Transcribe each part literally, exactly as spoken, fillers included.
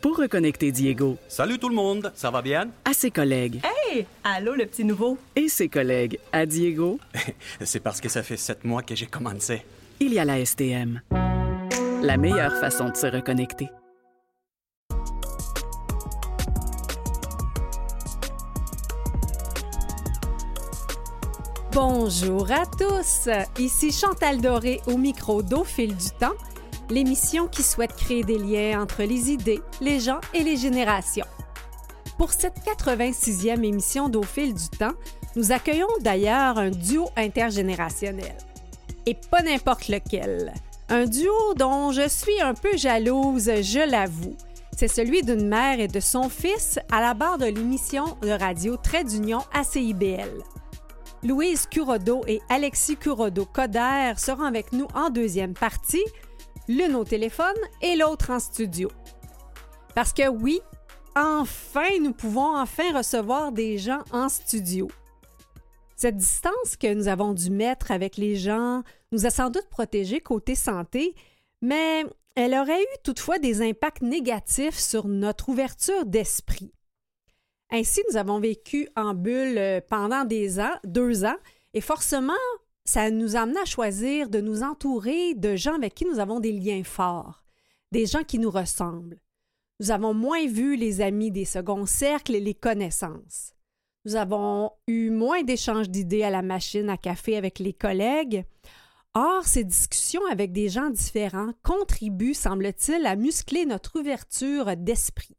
pour reconnecter Diego Salut tout le monde, ça va bien? à ses collègues Hey! Allô, le petit nouveau? et ses collègues à Diego, C'est parce que ça fait sept mois que j'ai commencé. il y a la S T M. La meilleure façon de se reconnecter. Bonjour à tous, ici Chantal Doré au micro d'Au fil du temps, l'émission qui souhaite créer des liens entre les idées, les gens et les générations. Pour cette quatre-vingt-sixième émission d'Au fil du temps, nous accueillons d'ailleurs un duo intergénérationnel. Et pas n'importe lequel. Un duo dont je suis un peu jalouse, je l'avoue. C'est celui d'une mère et de son fils à la barre de l'émission de radio Trait d'Union à C I B L. Louise Curodo et Alexis Curodo-Coder seront avec nous en deuxième partie, l'une au téléphone et l'autre en studio. Parce que oui, enfin, nous pouvons enfin recevoir des gens en studio. Cette distance que nous avons dû mettre avec les gens nous a sans doute protégés côté santé, mais elle aurait eu toutefois des impacts négatifs sur notre ouverture d'esprit. Ainsi, nous avons vécu en bulle pendant des ans, deux ans, et forcément, ça nous a amené à choisir de nous entourer de gens avec qui nous avons des liens forts, des gens qui nous ressemblent. Nous avons moins vu les amis des seconds cercles et les connaissances. Nous avons eu moins d'échanges d'idées à la machine à café avec les collègues. Or, ces discussions avec des gens différents contribuent, semble-t-il, à muscler notre ouverture d'esprit.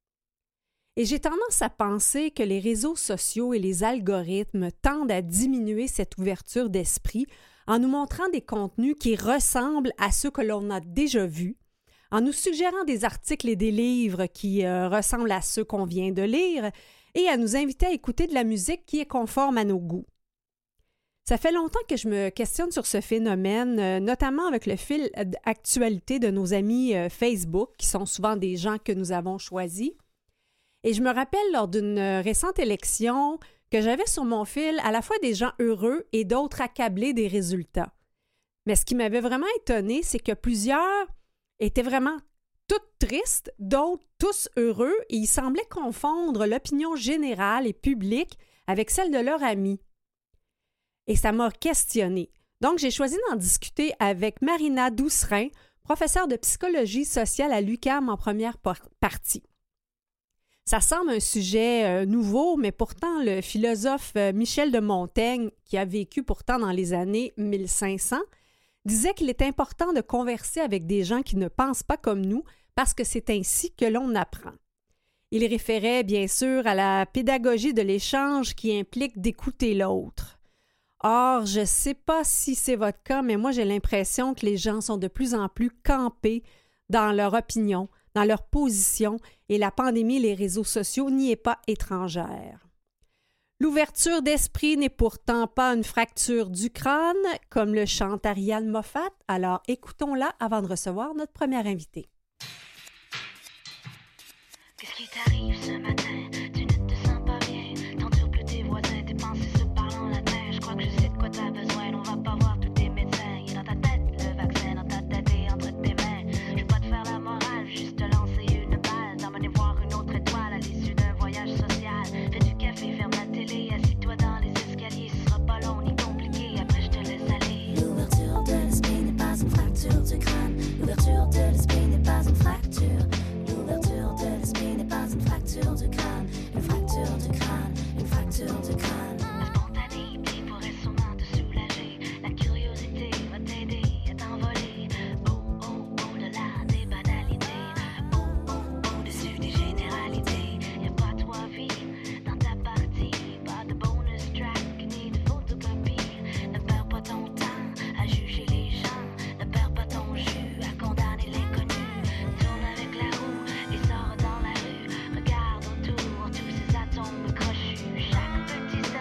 Et j'ai tendance à penser que les réseaux sociaux et les algorithmes tendent à diminuer cette ouverture d'esprit en nous montrant des contenus qui ressemblent à ceux que l'on a déjà vus, en nous suggérant des articles et des livres qui euh, ressemblent à ceux qu'on vient de lire et à nous inviter à écouter de la musique qui est conforme à nos goûts. Ça fait longtemps que je me questionne sur ce phénomène, euh, notamment avec le fil d'actualité de nos amis euh, Facebook, qui sont souvent des gens que nous avons choisis. Et je me rappelle lors d'une récente élection que j'avais sur mon fil à la fois des gens heureux et d'autres accablés des résultats. Mais ce qui m'avait vraiment étonnée, c'est que plusieurs étaient vraiment toutes tristes, d'autres tous heureux, et ils semblaient confondre l'opinion générale et publique avec celle de leurs amis. Et ça m'a questionnée. Donc, j'ai choisi d'en discuter avec Marina Doucerin, professeure de psychologie sociale à l'U Q A M en première par- partie. Ça semble un sujet euh, nouveau, mais pourtant le philosophe euh, Michel de Montaigne, qui a vécu pourtant dans les années mille cinq cents, disait qu'il est important de converser avec des gens qui ne pensent pas comme nous parce que c'est ainsi que l'on apprend. Il référait bien sûr à la pédagogie de l'échange qui implique d'écouter l'autre. Or, je ne sais pas si c'est votre cas, mais moi j'ai l'impression que les gens sont de plus en plus campés dans leur opinion, dans leur position, et la pandémie et les réseaux sociaux n'y est pas étrangère. L'ouverture d'esprit n'est pourtant pas une fracture du crâne, comme le chante Ariane Moffat, alors écoutons-la avant de recevoir notre première invitée. Qu'est-ce qui t'arrive ce matin? Tu ne te sens pas bien, t'endures plus tes voisins, tes pensées se parlent en latin. Je crois que je sais de quoi t'as besoin, on va pas voir tous tes médecins. Il est dans ta tête, le vaccin dans ta tête et entre tes mains. Je vais pas te faire la morale, juste te lancer une balle, t'emmener voir une autre étoile à l'issue d'un voyage social. Fais du café, ferme la télé, assis-toi dans les escaliers, ce sera pas long ni compliqué, après je te laisse aller. L'ouverture de l'esprit n'est pas une fracture du crâne. L'ouverture de l'esprit n'est pas une fracture. L'ouverture de l'esprit n'est pas une fracture du crâne. Une fracture du crâne, une fracture du crâne. La spontanéité pourrait sûrement te soulager. La curiosité va t'aider à t'envoler. Oh, oh, au-delà des banalités. Oh, oh, au-dessus des généralités. Y'a pas trois vies dans ta partie. Pas de bonus track ni de photocopie. Ne perds pas ton temps à juger les gens. Ne perds pas ton jus à condamner l'inconnu. Tourne avec la roue et sors dans la rue. Regarde autour tous ces atomes crochus. Chaque petit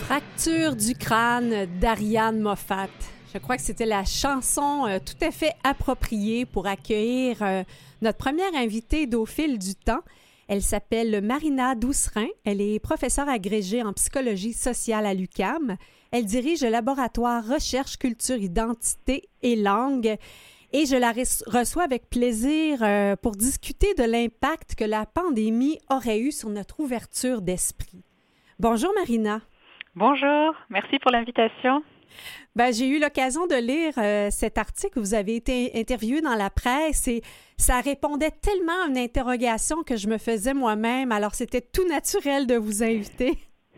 Fracture du crâne d'Ariane Moffat. Je crois que c'était la chanson euh, tout à fait appropriée pour accueillir euh, notre première invitée d'Au fil du temps. Elle s'appelle Marina Doucerin. Elle est professeure agrégée en psychologie sociale à l'U Q A M. Elle dirige le laboratoire Recherche, Culture, Identité et Langue. Et je la re- reçois avec plaisir euh, pour discuter de l'impact que la pandémie aurait eu sur notre ouverture d'esprit. Bonjour Marina. Bonjour, merci pour l'invitation. Ben, j'ai eu l'occasion de lire euh, cet article où vous avez été interviewé dans la presse et ça répondait tellement à une interrogation que je me faisais moi-même. Alors, c'était tout naturel de vous inviter.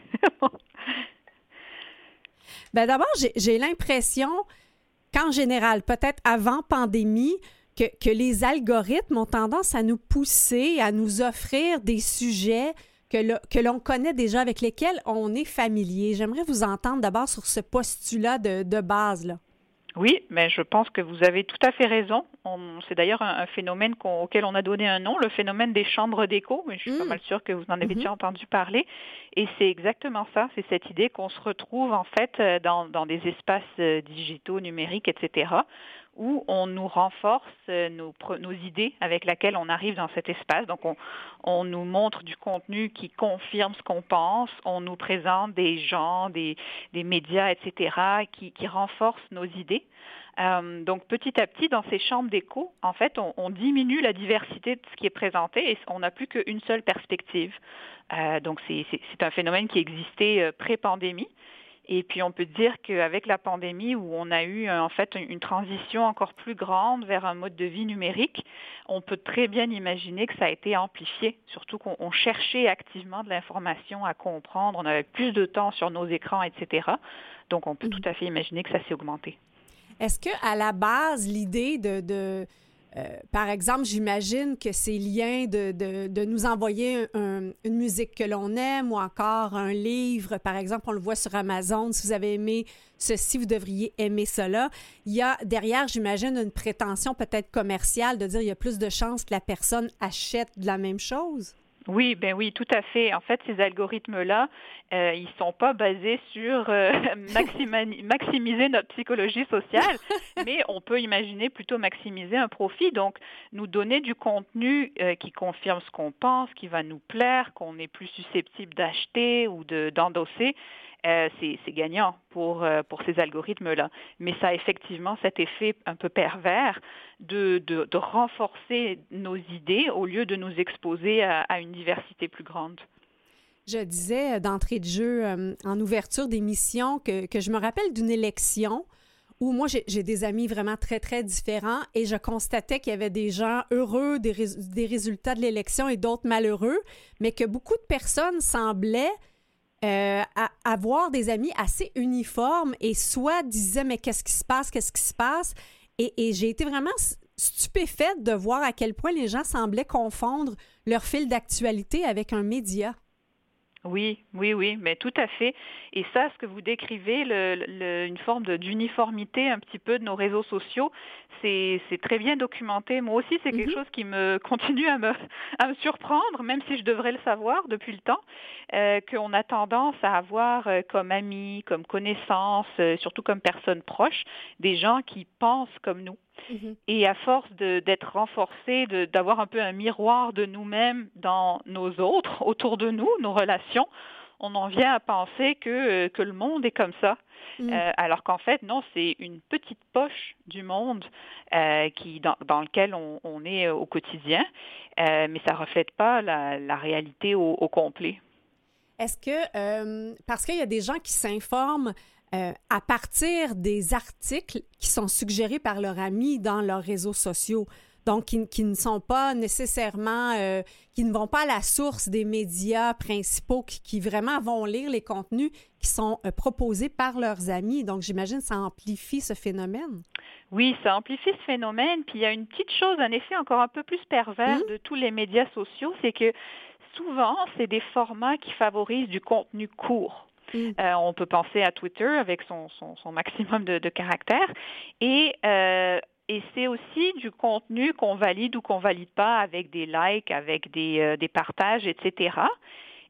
Ben, d'abord, j'ai, j'ai l'impression qu'en général, peut-être avant pandémie, que, que les algorithmes ont tendance à nous pousser, à nous offrir des sujets que, le, que l'on connaît déjà, avec lesquels on est familier. J'aimerais vous entendre d'abord sur ce postulat de, de base, là. Oui, mais je pense que vous avez tout à fait raison. On, c'est d'ailleurs un, un phénomène qu'on, auquel on a donné un nom, le phénomène des chambres d'écho. Mais je suis mmh. pas mal sûre que vous en avez mmh. déjà entendu parler. Et c'est exactement ça. C'est cette idée qu'on se retrouve en fait dans, dans des espaces digitaux, numériques, et cetera, où on nous renforce nos, nos idées avec lesquelles on arrive dans cet espace. Donc, on, on nous montre du contenu qui confirme ce qu'on pense, on nous présente des gens, des, des médias, et cetera, qui, qui renforcent nos idées. Euh, donc, petit à petit, dans ces chambres d'écho, en fait, on, on diminue la diversité de ce qui est présenté et on n'a plus qu'une seule perspective. Euh, donc, c'est, c'est, c'est un phénomène qui existait pré-pandémie. Et puis, on peut dire qu'avec la pandémie, où on a eu en fait une transition encore plus grande vers un mode de vie numérique, on peut très bien imaginer que ça a été amplifié, surtout qu'on cherchait activement de l'information à comprendre, on avait plus de temps sur nos écrans, et cetera. Donc, on peut mmh. tout à fait imaginer que ça s'est augmenté. Est-ce qu'à la base, l'idée de... de... Euh, par exemple, j'imagine que ces liens de, de, de nous envoyer un, une musique que l'on aime ou encore un livre, par exemple, on le voit sur Amazon, si vous avez aimé ceci, vous devriez aimer cela. Il y a derrière, j'imagine, une prétention peut-être commerciale de dire qu'il y a plus de chances que la personne achète de la même chose. Oui, ben oui, tout à fait. En fait, ces algorithmes-là, euh, ils sont pas basés sur euh, maxima- maximiser notre psychologie sociale, mais on peut imaginer plutôt maximiser un profit. Donc, nous donner du contenu euh, qui confirme ce qu'on pense, qui va nous plaire, qu'on est plus susceptible d'acheter ou de, d'endosser. Euh, c'est, c'est gagnant pour, euh, pour ces algorithmes-là. Mais ça a effectivement cet effet un peu pervers de, de, de renforcer nos idées au lieu de nous exposer à, à une diversité plus grande. Je disais d'entrée de jeu, euh, en ouverture d'émission, que, que je me rappelle d'une élection où moi, j'ai, j'ai des amis vraiment très, très différents et je constatais qu'il y avait des gens heureux des, rés- des résultats de l'élection et d'autres malheureux, mais que beaucoup de personnes semblaient Euh, à avoir des amis assez uniformes et soit disaient « mais qu'est-ce qui se passe, qu'est-ce qui se passe ?» et, et j'ai été vraiment stupéfaite de voir à quel point les gens semblaient confondre leur fil d'actualité avec un média. Oui, oui, oui, mais tout à fait. Et ça, ce que vous décrivez, le, le, une forme de, d'uniformité un petit peu de nos réseaux sociaux, c'est, c'est très bien documenté. Moi aussi, c'est quelque mm-hmm. chose qui me continue à me, à me surprendre, même si je devrais le savoir depuis le temps, euh, qu'on a tendance à avoir euh, comme amis, comme connaissances, euh, surtout comme personnes proches, des gens qui pensent comme nous. Mm-hmm. Et à force de, d'être renforcés, de, d'avoir un peu un miroir de nous-mêmes dans nos autres, autour de nous, nos relations, on en vient à penser que, que le monde est comme ça. Mm. Euh, alors qu'en fait, non, c'est une petite poche du monde euh, qui, dans, dans lequel on, on est au quotidien, euh, mais ça ne reflète pas la, la réalité au, au complet. Est-ce que, euh, parce qu'il y a des gens qui s'informent Euh, à partir des articles qui sont suggérés par leurs amis dans leurs réseaux sociaux, donc qui, qui ne sont pas nécessairement, euh, qui ne vont pas à la source des médias principaux, qui, qui vraiment vont lire les contenus qui sont euh, proposés par leurs amis. Donc, j'imagine que ça amplifie ce phénomène. Oui, ça amplifie ce phénomène. Puis, il y a une petite chose, un effet encore un peu plus pervers mmh. de tous les médias sociaux, c'est que souvent, c'est des formats qui favorisent du contenu court. Euh, on peut penser à Twitter avec son, son, son maximum de, de caractères. Et, euh, et c'est aussi du contenu qu'on valide ou qu'on ne valide pas avec des likes, avec des, euh, des partages, et cetera.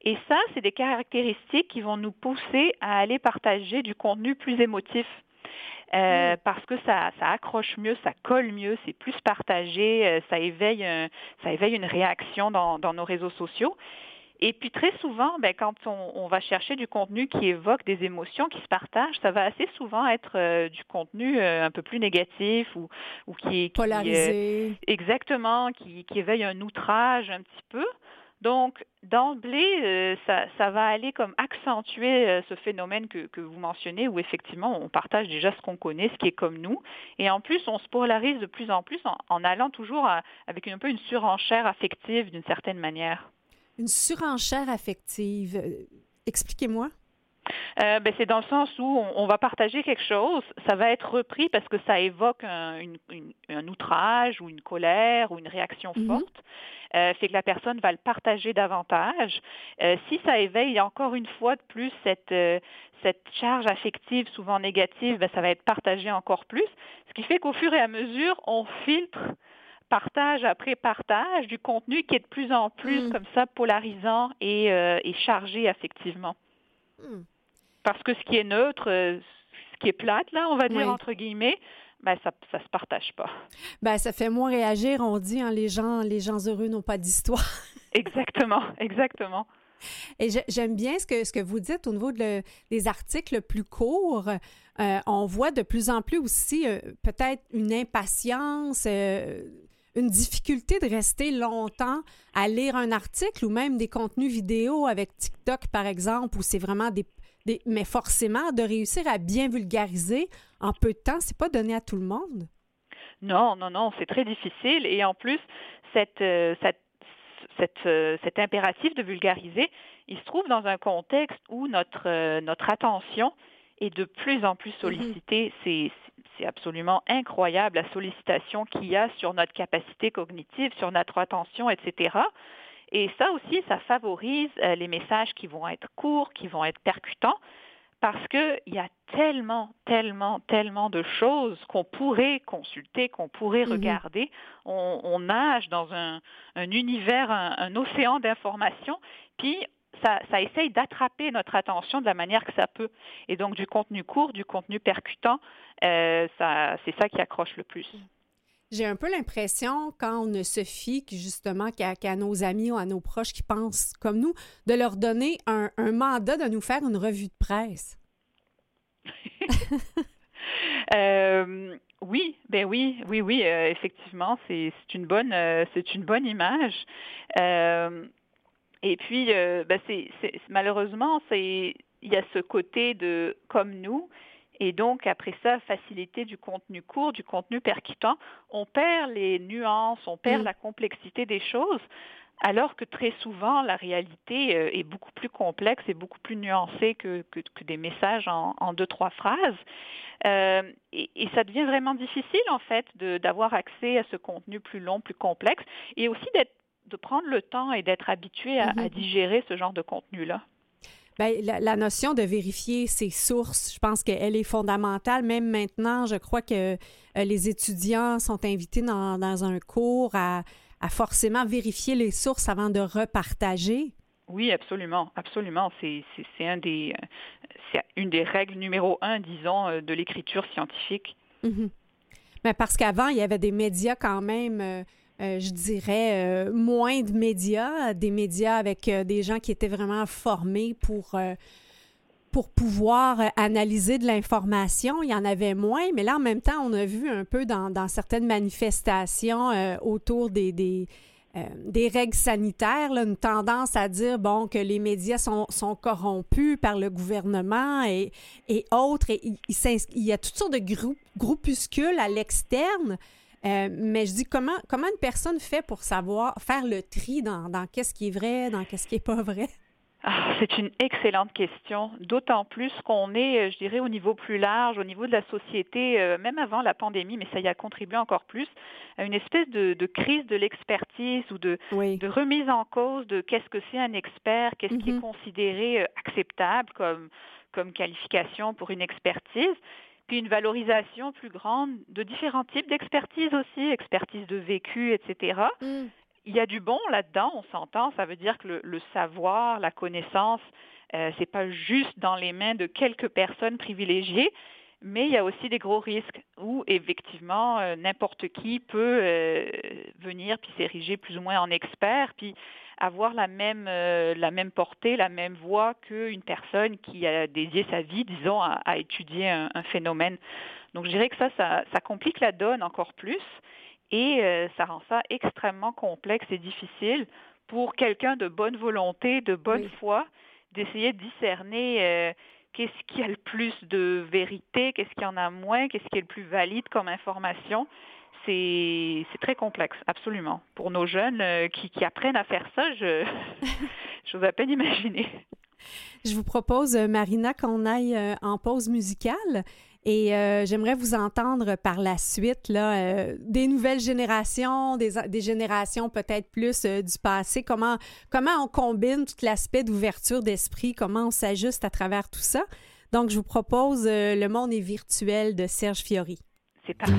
Et ça, c'est des caractéristiques qui vont nous pousser à aller partager du contenu plus émotif. Euh, mmh. Parce que ça, ça accroche mieux, ça colle mieux, c'est plus partagé, euh, ça éveille, un, ça éveille une réaction dans, dans nos réseaux sociaux. Et puis très souvent, ben, quand on, on va chercher du contenu qui évoque des émotions qui se partagent, ça va assez souvent être euh, du contenu euh, un peu plus négatif ou, ou qui est polarisé. Euh, exactement, qui, qui éveille un outrage un petit peu. Donc, d'emblée, euh, ça, ça va aller comme accentuer euh, ce phénomène que, que vous mentionnez, où effectivement, on partage déjà ce qu'on connaît, ce qui est comme nous. Et en plus, on se polarise de plus en plus en, en allant toujours à, avec un peu une surenchère affective d'une certaine manière. Une surenchère affective. Expliquez-moi. Euh, ben, c'est dans le sens où on, on va partager quelque chose, ça va être repris parce que ça évoque un, une, une, un outrage ou une colère ou une réaction mm-hmm. forte. Euh, fait que la personne va le partager davantage. Euh, si ça éveille encore une fois de plus cette, euh, cette charge affective souvent négative, ben, ça va être partagé encore plus. Ce qui fait qu'au fur et à mesure, on filtre partage après partage du contenu qui est de plus en plus mm. comme ça polarisant et, euh, et chargé affectivement. Mm. Parce que ce qui est neutre, euh, ce qui est plate, là, on va dire oui. entre guillemets, ben ça ça se partage pas. Ben ça fait moins réagir, on dit, hein, les gens les gens heureux n'ont pas d'histoire. Exactement, exactement. Et j'aime bien ce que ce que vous dites au niveau de le, des articles plus courts. Euh, on voit de plus en plus aussi euh, peut-être une impatience, euh, une difficulté de rester longtemps à lire un article ou même des contenus vidéo avec TikTok, par exemple, où c'est vraiment des, des... Mais forcément, de réussir à bien vulgariser en peu de temps, c'est pas donné à tout le monde. Non, non, non, c'est très difficile. Et en plus, cette, euh, cette, cette, euh, cet impératif de vulgariser, il se trouve dans un contexte où notre, euh, notre attention est de plus en plus sollicitée. Mm-hmm. C'est C'est absolument incroyable la sollicitation qu'il y a sur notre capacité cognitive, sur notre attention, et cetera. Et ça aussi, ça favorise euh, les messages qui vont être courts, qui vont être percutants, parce qu'il y a tellement, tellement, tellement de choses qu'on pourrait consulter, qu'on pourrait mmh. regarder. On, on nage dans un, un univers, un, un océan d'informations, puis Ça, ça essaye d'attraper notre attention de la manière que ça peut. Et donc, du contenu court, du contenu percutant, euh, ça, c'est ça qui accroche le plus. J'ai un peu l'impression, quand on ne se fie justement qu'à, qu'à nos amis ou à nos proches qui pensent comme nous, de leur donner un, un mandat de nous faire une revue de presse. euh, oui, ben oui, oui, oui, euh, effectivement, c'est, c'est, une bonne, euh, c'est une bonne image. Euh, Et puis, euh, ben c'est, c'est, malheureusement, c'est, il y a ce côté de comme nous, et donc après ça, facilité du contenu court, du contenu percutant. On perd les nuances, on perd mmh. la complexité des choses, alors que très souvent, la réalité euh, est beaucoup plus complexe et beaucoup plus nuancée que, que, que des messages en, en deux, trois phrases. Euh, et, et ça devient vraiment difficile, en fait, de, d'avoir accès à ce contenu plus long, plus complexe, et aussi d'être de prendre le temps et d'être habitué à, mm-hmm. à digérer ce genre de contenu-là. Bien, la, la notion de vérifier ses sources, je pense qu'elle est fondamentale. Même maintenant, je crois que euh, les étudiants sont invités dans, dans un cours à, à forcément vérifier les sources avant de repartager. Oui, absolument, absolument. C'est, c'est, c'est, un des, c'est une des règles numéro un, disons, de l'écriture scientifique. Mm-hmm. Mais parce qu'avant, il y avait des médias quand même... Euh, Euh, je dirais, euh, moins de médias, des médias avec euh, des gens qui étaient vraiment formés pour, euh, pour pouvoir euh, analyser de l'information. Il y en avait moins, mais là, en même temps, on a vu un peu dans, dans certaines manifestations euh, autour des, des, euh, des règles sanitaires, là, une tendance à dire, bon, que les médias sont, sont corrompus par le gouvernement et, et autres. Et il, il, il y a toutes sortes de grou- groupuscules à l'externe. Euh, mais je dis, comment, comment une personne fait pour savoir, faire le tri dans, dans qu'est-ce qui est vrai, dans qu'est-ce qui n'est pas vrai? Ah, c'est une excellente question, d'autant plus qu'on est, je dirais, au niveau plus large, au niveau de la société, euh, même avant la pandémie, mais ça y a contribué encore plus, à une espèce de, de crise de l'expertise ou de, oui. de remise en cause de qu'est-ce que c'est un expert, qu'est-ce mm-hmm. qui est considéré euh, acceptable comme, comme qualification pour une expertise. Puis une valorisation plus grande de différents types d'expertise aussi, expertise de vécu, et cetera. Mm. il y a du bon là-dedans, on s'entend, ça veut dire que le, le savoir, la connaissance, euh, c'est pas juste dans les mains de quelques personnes privilégiées, mais il y a aussi des gros risques où, effectivement, euh, n'importe qui peut euh, venir puis s'ériger plus ou moins en expert, puis avoir la même, euh, la même portée, la même voix qu'une personne qui a dédié sa vie, disons, à, à étudier un, un phénomène. Donc, je dirais que ça, ça, ça complique la donne encore plus et euh, ça rend ça extrêmement complexe et difficile pour quelqu'un de bonne volonté, de bonne oui. foi, d'essayer de discerner euh, qu'est-ce qui a le plus de vérité, qu'est-ce qu'il y en a moins, qu'est-ce qui est le plus valide comme information. C'est, c'est très complexe, absolument. Pour nos jeunes euh, qui, qui apprennent à faire ça, je j'ose à peine imaginer. Je vous propose, Marina, qu'on aille euh, en pause musicale et euh, j'aimerais vous entendre par la suite là, euh, des nouvelles générations, des, des générations peut-être plus euh, du passé, comment, comment on combine tout l'aspect d'ouverture d'esprit, comment on s'ajuste à travers tout ça. Donc, je vous propose euh, Le monde est virtuel de Serge Fiori. C'est parfait.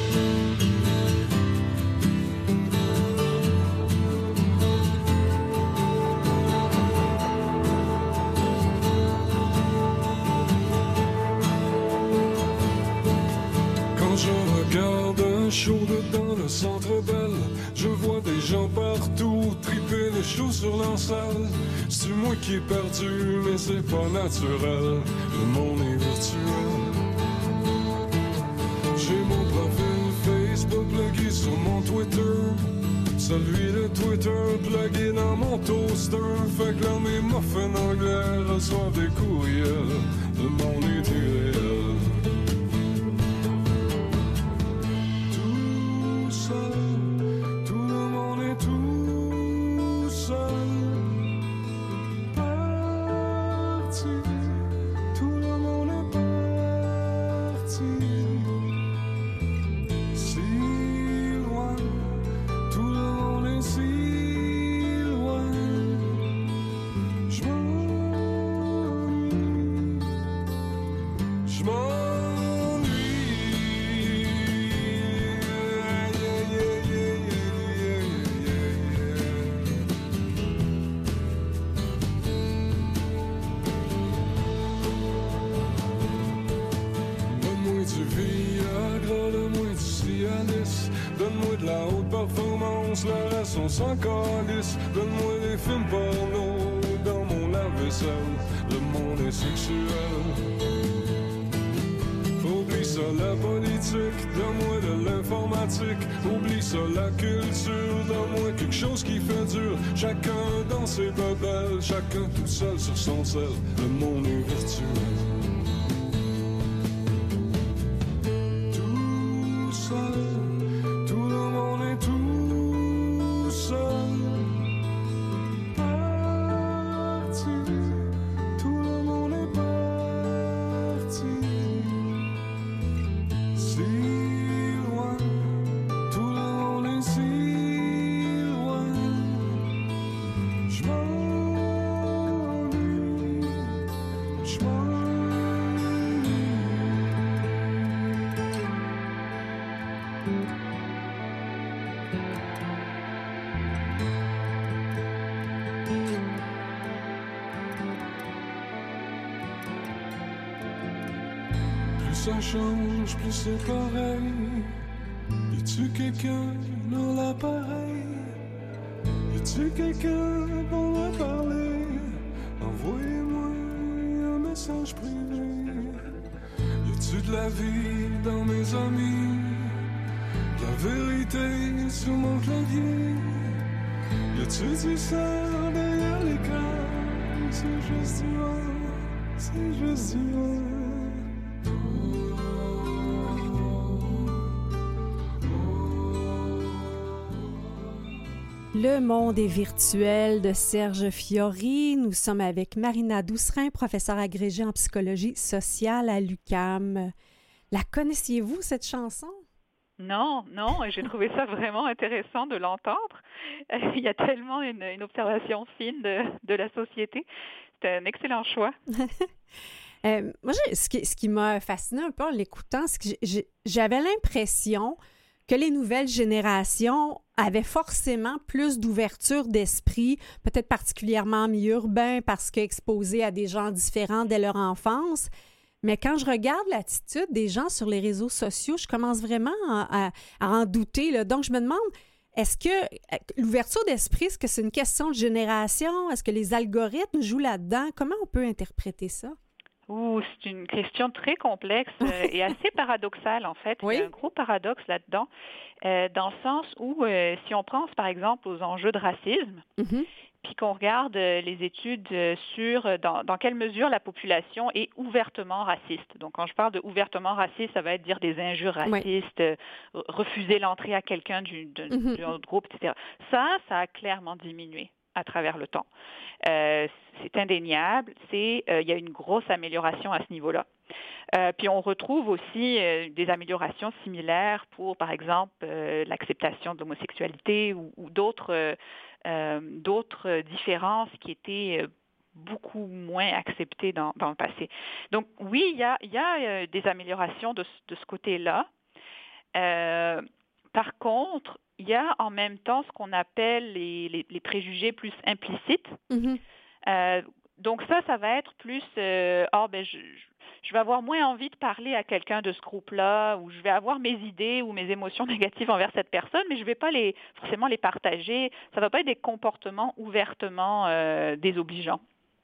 Je regarde un show dans le Centre Bell. Je vois des gens partout triper les shows sur leur salle. C'est moi qui ai perdu, mais c'est pas naturel. Le monde est virtuel. J'ai mon profil Facebook plugué sur mon Twitter. Celui de Twitter plugué dans mon toaster. Fait que là mes muffins anglais reçoivent des courriels. Le monde est irréel. On s'en calisse. Donne-moi des films porno dans mon lave-vaisselle. Le monde est sexuel. Oublie ça la politique, donne-moi de l'informatique. Oublie ça la culture, donne-moi quelque chose qui fait dur. Chacun dans ses babelles, chacun tout seul sur son sel. Le monde est virtuel. Tout seul. Ça change, plus c'est pareil. Y a-tu quelqu'un dans l'appareil? Y a-tu quelqu'un pour me parler? Envoyez-moi un message privé. Y a-tu de la vie dans mes amis? De la vérité sur mon clavier? Y a-tu du sang derrière l'écran? C'est juste du vent, c'est juste du vent. Le monde est virtuel de Serge Fiori. Nous sommes avec Marina Doucerin, professeure agrégée en psychologie sociale à l'U Q A M. La connaissiez-vous, cette chanson? Non, non, et j'ai trouvé ça vraiment intéressant de l'entendre. Il y a tellement une, une observation fine de, de la société. C'était un excellent choix. euh, moi, ce qui, ce qui m'a fasciné un peu en l'écoutant, c'est que j'ai, j'avais l'impression que les nouvelles générations avaient forcément plus d'ouverture d'esprit, peut-être particulièrement en milieu urbain parce qu'exposés à des gens différents dès leur enfance. Mais quand je regarde l'attitude des gens sur les réseaux sociaux, je commence vraiment à, à, à en douter, là. Donc, je me demande, est-ce que l'ouverture d'esprit, est-ce que c'est une question de génération? Est-ce que les algorithmes jouent là-dedans? Comment on peut interpréter ça? Ouh, c'est une question très complexe euh, et assez paradoxale, en fait. Oui? Il y a un gros paradoxe là-dedans, euh, dans le sens où, euh, si on pense, par exemple, aux enjeux de racisme, Mm-hmm. puis qu'on regarde euh, les études euh, sur euh, dans, dans quelle mesure la population est ouvertement raciste. Donc, quand je parle de ouvertement raciste, ça va être dire des injures racistes, euh, refuser l'entrée à quelqu'un du, de- Mhm. d'un autre groupe, et cetera. Ça, ça a clairement diminué à travers le temps. Euh, c'est indéniable, c'est euh, il y a une grosse amélioration à ce niveau-là. Euh, puis on retrouve aussi euh, des améliorations similaires pour, par exemple, euh, l'acceptation de l'homosexualité ou, ou d'autres euh, euh, d'autres différences qui étaient euh, beaucoup moins acceptées dans, dans le passé. Donc oui, il y a, il y a euh, des améliorations de, ce- de ce côté-là. Euh, par contre, il y a en même temps ce qu'on appelle les, les, les préjugés plus implicites. Mhm. Euh, donc ça, ça va être plus, euh, ah ben je, je je vais avoir moins envie de parler à quelqu'un de ce groupe-là, ou je vais avoir mes idées ou mes émotions négatives envers cette personne, mais je ne vais pas les forcément les partager. Ça ne va pas être des comportements ouvertement euh, désobligeants.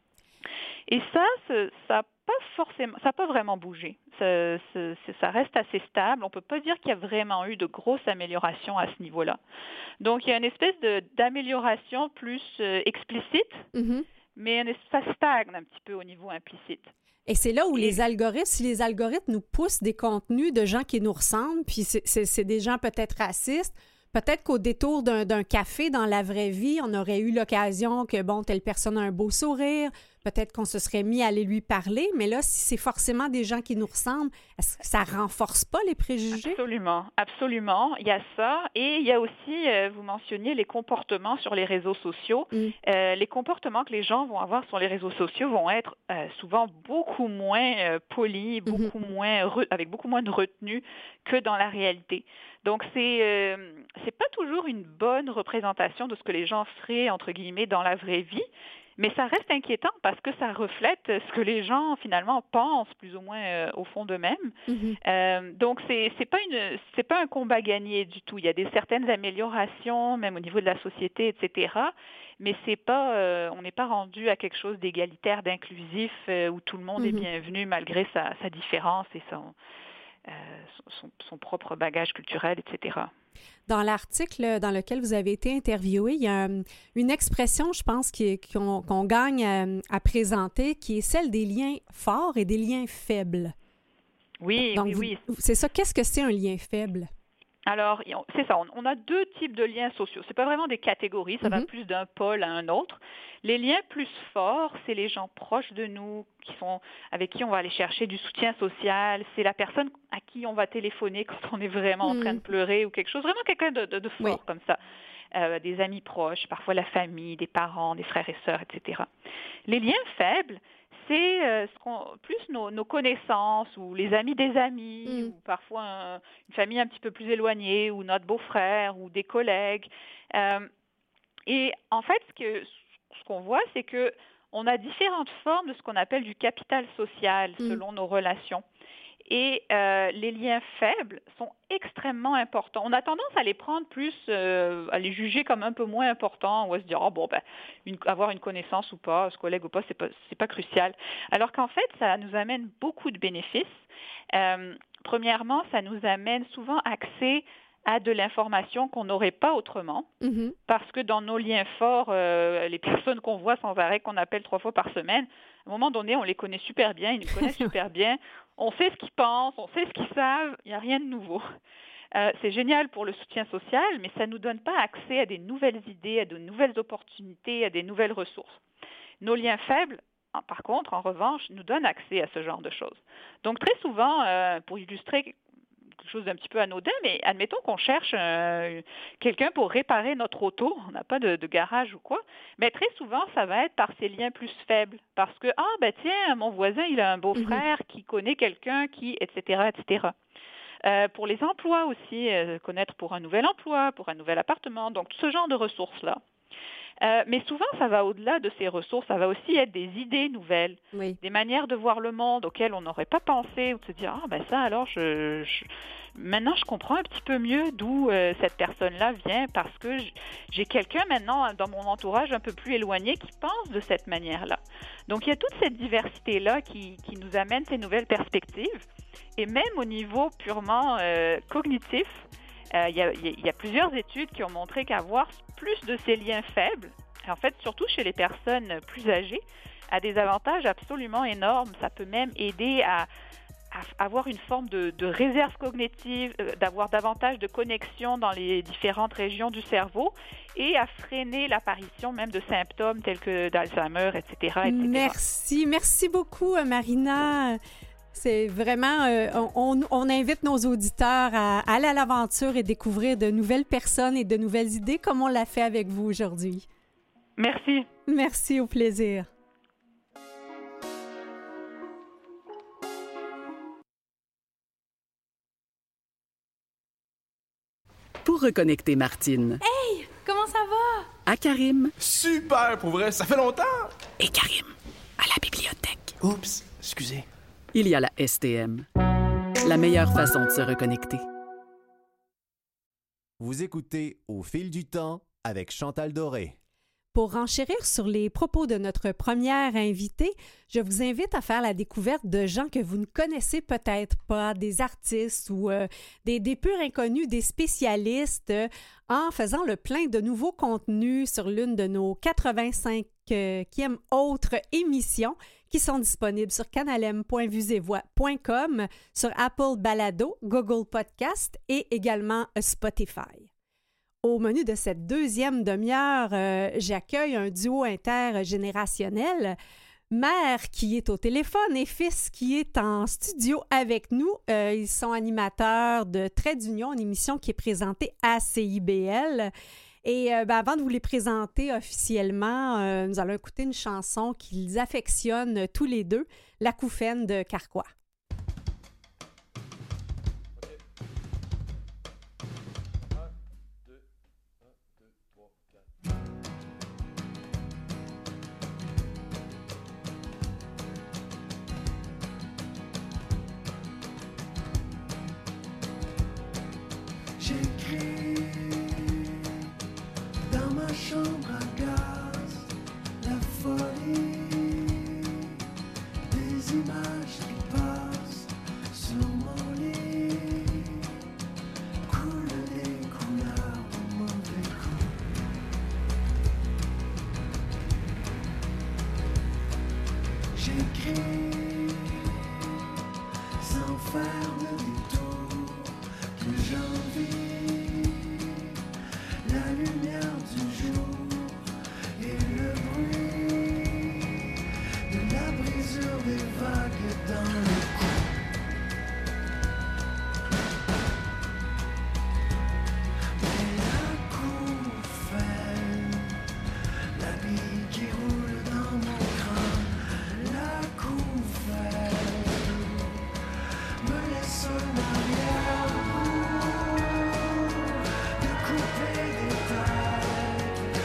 Et ça, ce- ça n'a pas forcément, ça n'a pas vraiment bougé. Ça, ça- ça reste assez stable. On ne peut pas dire qu'il y a vraiment eu de grosses améliorations à ce niveau-là. Donc il y a une espèce de, d'amélioration plus euh, explicite, Mhm. mais une- ça stagne un petit peu au niveau implicite. Et c'est là où Et- les algorithmes, si les algorithmes nous poussent des contenus de gens qui nous ressemblent, puis c'est, c'est- c'est des gens peut-être racistes, peut-être qu'au détour d'un, d'un café dans la vraie vie, on aurait eu l'occasion que, bon, telle personne a un beau sourire, peut-être qu'on se serait mis à aller lui parler, mais là, si c'est forcément des gens qui nous ressemblent, est-ce que ça renforce pas les préjugés? Absolument, absolument. Il y a ça. Et il y a aussi, euh, vous mentionniez les comportements sur les réseaux sociaux. Mm. Euh, les comportements que les gens vont avoir sur les réseaux sociaux vont être euh, souvent beaucoup moins euh, polis, beaucoup moins re- avec beaucoup moins de retenue que dans la réalité. Donc c'est euh, c'est pas toujours une bonne représentation de ce que les gens feraient entre guillemets dans la vraie vie. Mais ça reste inquiétant parce que ça reflète ce que les gens finalement pensent plus ou moins euh, au fond d'eux-mêmes. Mhm. Euh, donc c'est c'est pas une c'est pas un combat gagné du tout. Il y a des certaines améliorations même au niveau de la société, et cetera. Mais c'est pas euh, on n'est pas rendu à quelque chose d'égalitaire, d'inclusif euh, où tout le monde est Mhm. bienvenu malgré sa, sa différence et son, euh, son son propre bagage culturel, et cetera. Dans l'article dans lequel vous avez été interviewé, il y a euh, une expression, je pense, qui est- qu'on, qu'on gagne à, à présenter, qui est celle des liens forts et des liens faibles. Oui, Donc, oui, vous- oui. c'est ça. Qu'est-ce que c'est un lien faible? Alors, y- on- c'est ça, on, on a deux types de liens sociaux. C'est pas vraiment des catégories, ça va Mhm. plus d'un pôle à un autre. Les liens plus forts, c'est les gens proches de nous, qui sont avec qui on va aller chercher du soutien social. C'est la personne à qui on va téléphoner quand on est vraiment en train de Mhm. pleurer ou quelque chose, vraiment quelqu'un de, de- de fort Oui. comme ça. Euh, des amis proches, parfois la famille, des parents, des frères et sœurs, et cetera. Les liens faibles, c'est euh, ce qu'on- plus nos, nos connaissances ou les amis des amis Mm. ou parfois un- une famille un petit peu plus éloignée ou notre beau-frère ou des collègues. Euh, et en fait, ce que ce qu'on voit, c'est que on a différentes formes de ce qu'on appelle du capital social Mm. selon nos relations. Et euh, les liens faibles sont extrêmement importants. On a tendance à les prendre plus, euh, à les juger comme un peu moins importants, ou à se dire, oh bon, ben, une- avoir une connaissance ou pas, ce collègue ou pas, c'est pas, c'est pas crucial. Alors qu'en fait, ça nous amène beaucoup de bénéfices. Euh, premièrement, ça nous amène souvent accès à de l'information qu'on n'aurait pas autrement. Mhm. Parce que dans nos liens forts, euh, les personnes qu'on voit sans arrêt, qu'on appelle trois fois par semaine, à un moment donné, on les connaît super bien, ils nous connaissent super bien, on sait ce qu'ils pensent, on sait ce qu'ils savent, il n'y a rien de nouveau. Euh, c'est génial pour le soutien social, mais ça ne nous donne pas accès à des nouvelles idées, à de nouvelles opportunités, à des nouvelles ressources. Nos liens faibles, en- par contre, en revanche, nous donnent accès à ce genre de choses. Donc très souvent, euh, pour illustrer quelque chose d'un petit peu anodin, mais admettons qu'on cherche euh, quelqu'un pour réparer notre auto, on n'a pas de, de garage ou quoi, mais très souvent, ça va être par ces liens plus faibles, parce que, ah ben tiens, mon voisin, il a un beau-frère qui connaît quelqu'un qui, et cetera, et cetera. Euh, pour les emplois aussi, euh, connaître pour un nouvel emploi, pour un nouvel appartement, donc ce genre de ressources-là. Euh, mais souvent, ça va au-delà de ces ressources, ça va aussi être des idées nouvelles, oui. des manières de voir le monde auxquelles on n'aurait pas pensé, ou de se dire, ah ben ça alors, je, je... maintenant je comprends un petit peu mieux d'où euh, cette personne-là vient, parce que j'ai quelqu'un maintenant dans mon entourage un peu plus éloigné qui pense de cette manière-là. Donc il y a toute cette diversité-là qui, qui nous amène ces nouvelles perspectives, et même au niveau purement euh, cognitif, Euh, il, y a, il y a plusieurs études qui ont montré qu'avoir plus de ces liens faibles, en fait, surtout chez les personnes plus âgées, a des avantages absolument énormes. Ça peut même aider à, à avoir une forme de, de réserve cognitive, euh, d'avoir davantage de connexions dans les différentes régions du cerveau et à freiner l'apparition même de symptômes tels que d'Alzheimer, et cetera, et cetera. Merci. Merci beaucoup, Marina. C'est vraiment, euh, on, on invite nos auditeurs à aller à l'aventure et découvrir de nouvelles personnes et de nouvelles idées comme on l'a fait avec vous aujourd'hui. Merci. Merci, au plaisir. Pour reconnecter Martine. Hey, comment ça va? À Karim. Super, pour vrai, ça fait longtemps! Et Karim, à la bibliothèque. Oups, excusez. Il y a la S T M. La meilleure façon de se reconnecter. Vous écoutez Au fil du temps avec Chantal Doré. Pour renchérir sur les propos de notre première invitée, je vous invite à faire la découverte de gens que vous ne connaissez peut-être pas, des artistes ou euh, des, des purs inconnus, des spécialistes, euh, en faisant le plein de nouveaux contenus sur l'une de nos quatre-vingt-cinquième autres émissions qui sont disponibles sur canalem point vusevoix point com, sur Apple Balado, Google Podcast et également Spotify. Au menu de cette deuxième demi-heure, euh, j'accueille un duo intergénérationnel, mère qui est au téléphone et fils qui est en studio avec nous. Euh, ils sont animateurs de Trait d'Union, une émission qui est présentée à C I B L. Et euh, ben, avant de vous les présenter officiellement, euh, nous allons écouter une chanson qu'ils affectionnent tous les deux, L'Acouphène de Carquois. J'écris dans ma chambre à gaz la folie des images qui passent sur mon lit, coulent des couleurs au mauvais coup. J'écris sans faire de détour que j'envie la lumière du jour et le bruit de la brisure des vagues dans le cou. Mais l'acouphène, la bille qui roule dans mon crâne, l'acouphène me laisse en arrière-goût de couper des têtes,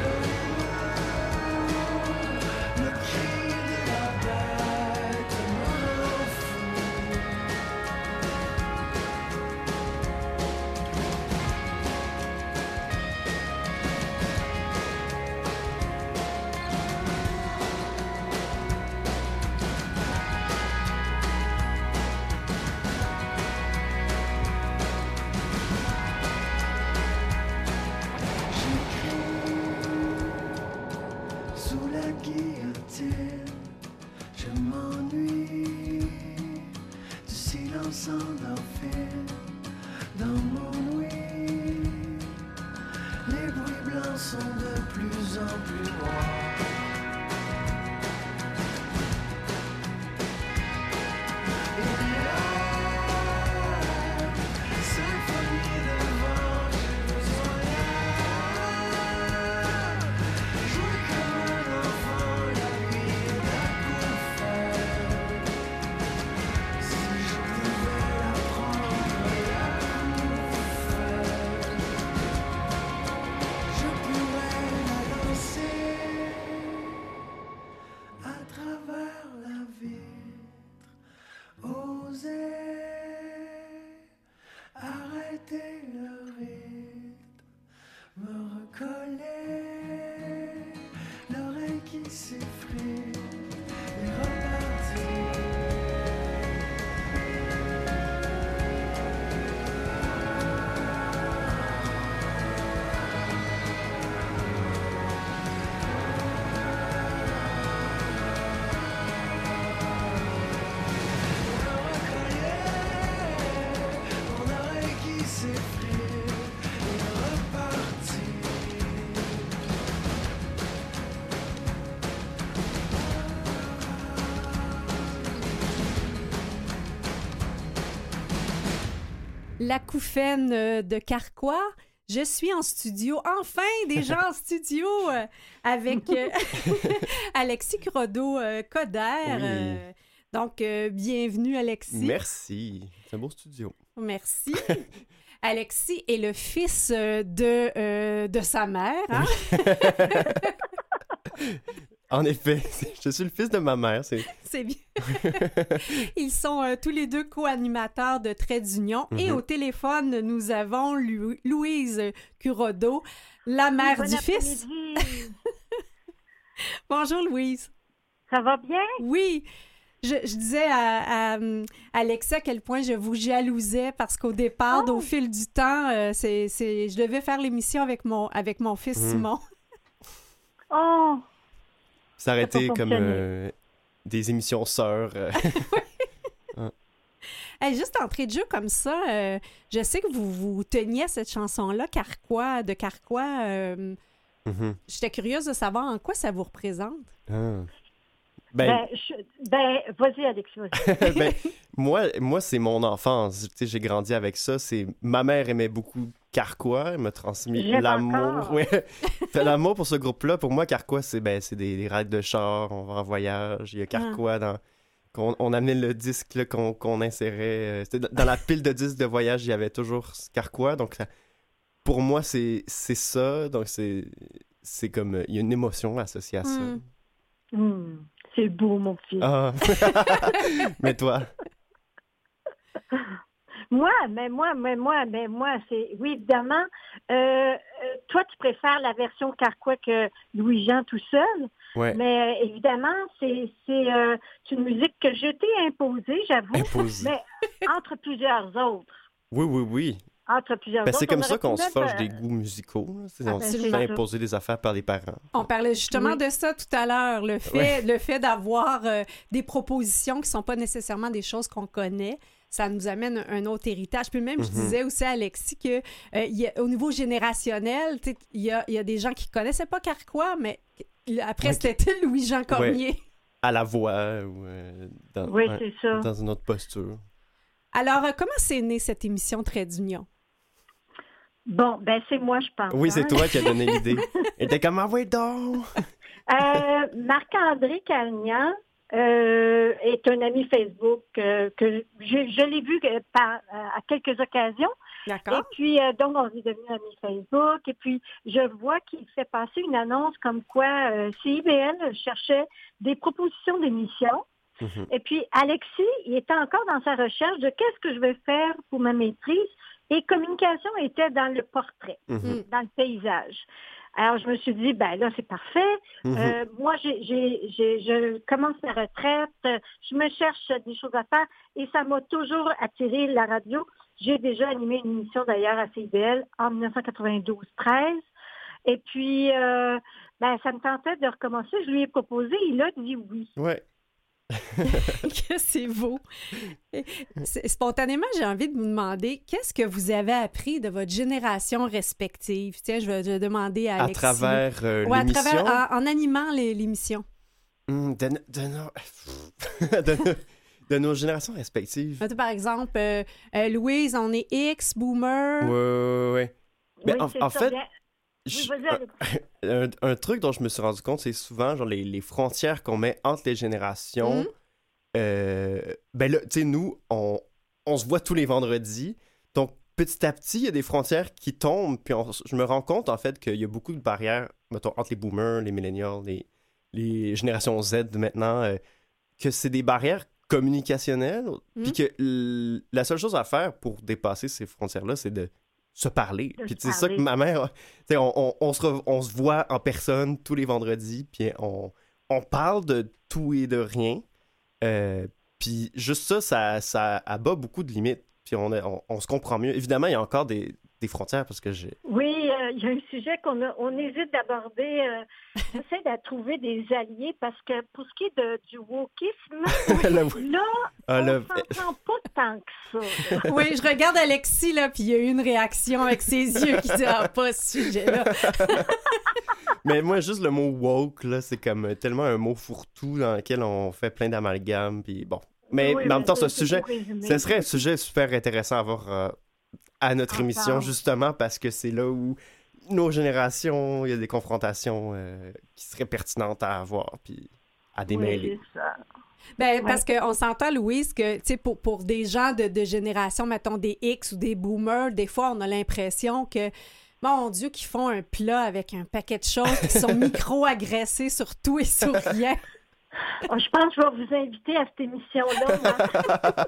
le cri de la bête m'en fout. Sous la guillotine, je m'ennuie du silence endorphine dans mon ouïe. Les bruits blancs sont de plus en plus noirs. Et la symphonie de vent, j'ai besoin jouer comme un enfant la nuit d'acouphène. Si je pouvais la prendre oser arrêter le rythme, me recoller, l'oreille qui s'effrite et repartir. L'acouphène de Carquois. Je suis en studio, enfin des gens en studio euh, avec euh, Alexis Curodo-Coder. Oui. Euh, donc, euh, bienvenue Alexis. Merci, c'est un beau studio. Merci. Alexis est le fils euh, de, euh, de sa mère. Hein? En effet, je suis le fils de ma mère. C'est, c'est bien. Ils sont euh, tous les deux co-animateurs de Traits d'Union. Mm-hmm. Et au téléphone, nous avons Lou- Louise Curodo, la mère oui, du fils. Bonjour Louise. Ça va bien? Oui. Je, je disais à, à, à Alexis à quel point je vous jalousais parce qu'au départ, oh. au fil du temps, euh, c'est, c'est, je devais faire l'émission avec mon, avec mon fils mmh. Simon. Oh! Ça aurait été comme euh, des émissions sœurs. Euh. ah. Hey, juste entrée de jeu comme ça, euh, je sais que vous vous teniez à cette chanson-là, Carquois, de Carquois. Euh, mm-hmm. J'étais curieuse de savoir en quoi ça vous représente. Ah. Ben, ben, je, ben, vas-y, Alexis, vas-y. ben, moi, moi, c'est mon enfance. Tu sais, j'ai grandi avec ça. C'est... Ma mère aimait beaucoup Carquois. Elle m'a transmis J'aime l'amour. Ouais. L'amour pour ce groupe-là. Pour moi, Carquois, c'est, ben, c'est des, des raids de char. On va en voyage. Il y a Carquois ah. dans... Qu'on, on amenait le disque là, qu'on, qu'on insérait. C'était dans la pile de disques de voyage, il y avait toujours Carquois. Donc, ça... pour moi, c'est, c'est ça. Donc, c'est, c'est comme... Il y a une émotion associée à ça. Mm. Mm. C'est beau, mon fils. Ah. Mais toi? Moi, mais moi, mais moi, mais moi, c'est... Oui, évidemment. Euh, euh, toi, tu préfères la version Carquois que Louis-Jean tout seul. Ouais. Mais euh, évidemment, c'est, c'est euh, une musique que je t'ai imposée, j'avoue. Imposée. Mais entre plusieurs autres. Oui, oui, oui. Entre plusieurs ben, autres. C'est comme ça qu'on même... se forge des goûts musicaux. On se fait imposer des affaires par les parents. On parlait justement oui. de ça tout à l'heure. Le fait, ouais. le fait d'avoir euh, des propositions qui ne sont pas nécessairement des choses qu'on connaît, ça nous amène un, un autre héritage. Puis même, mm-hmm. je disais aussi à Alexis qu'au euh, niveau générationnel, il y a, y a des gens qui ne connaissaient pas Carquois, mais après, okay. c'était Louis-Jean Cormier. Ouais. À la voix ou euh, dans, oui, un, c'est ça. dans une autre posture. Alors, euh, comment c'est née cette émission Traits d'Union? Bon, ben c'est moi, je pense. Oui, c'est hein? toi qui as donné l'idée. Et t'es comme, ah ouais, donc! euh, Marc-André Cagnan euh, est un ami Facebook euh, que je, je l'ai vu par, à quelques occasions. D'accord. Et puis, euh, donc, on est devenus amis Facebook. Et puis, je vois qu'il fait passer une annonce comme quoi euh, C I B L cherchait des propositions d'émissions. Mm-hmm. Et puis, Alexis, il était encore dans sa recherche de qu'est-ce que je vais faire pour ma maîtrise. Et communication était dans le portrait, mm-hmm. dans le paysage. Alors, je me suis dit, ben là, c'est parfait. Mm-hmm. Euh, moi, j'ai, j'ai, j'ai, je commence la retraite, je me cherche des choses à faire et ça m'a toujours attiré la radio. J'ai déjà animé une émission d'ailleurs à C I B L en dix-neuf cent quatre-vingt-douze treize. Et puis, euh, ben, ça me tentait de recommencer. Je lui ai proposé, il a dit oui. Ouais. Que c'est beau. Spontanément, j'ai envie de vous demander qu'est-ce que vous avez appris de votre génération respective? Tiens, je vais, je vais demander à Alexis. À travers euh, ouais, l'émission? À travers, en, en animant les, l'émission. Mmh, de, de, nos... de, nos... de nos générations respectives. Par exemple, euh, euh, Louise, on est X, Boomer. Oui, oui, oui. Mais oui, en, en fait... Bien. Oui, un, un, un truc dont je me suis rendu compte, c'est souvent genre les, les frontières qu'on met entre les générations. Mm-hmm. Euh, ben là, tu sais, nous, on, on se voit tous les vendredis. Donc, petit à petit, il y a des frontières qui tombent. Puis on, je me rends compte, en fait, qu'il y a beaucoup de barrières, mettons, entre les boomers, les millennials, les, les générations Z de maintenant, euh, que c'est des barrières communicationnel, Mm. puis que l- la seule chose à faire pour dépasser ces frontières-là, c'est de se parler. De Puis se c'est ça que parler. ma mère, tu sais, on, on, on, se re- on se voit en personne tous les vendredis, puis on, on parle de tout et de rien. Euh, puis juste ça, ça, ça abat beaucoup de limites. Puis on, est- on, on se comprend mieux. Évidemment, il y a encore des, des frontières parce que j'ai... Oui, euh, il y a un sujet qu'on a- on hésite d'aborder. Euh, J'essaie de trouver des alliés parce que pour ce qui est de, du wokisme, Le- là, Ah, on le- s'entend pas tant que ça. là. Oui, je regarde Alexis, là, puis il y a eu une réaction avec ses yeux qui dit « Ah, pas ce sujet-là. Mais moi, juste le mot woke, là, c'est comme tellement un mot fourre-tout dans lequel on fait plein d'amalgames, puis bon. Mais, Oui, mais en même mais temps, ça, ce c'est sujet, pour résumer. ce serait un sujet super intéressant à avoir euh, à notre Ensemble. émission, justement, parce que c'est là où nos générations, il y a des confrontations euh, qui seraient pertinentes à avoir, puis à démêler. Oui, c'est ça. Ben, Ouais. parce qu'on s'entend, Louise, que, tu sais, pour, pour des gens de, de génération, mettons des X ou des boomers, des fois, on a l'impression que, mon Dieu, qu'ils font un plat avec un paquet de choses, qui sont micro-agressés sur tout et sur rien. Oh, je pense que je vais vous inviter à cette émission-là. moi.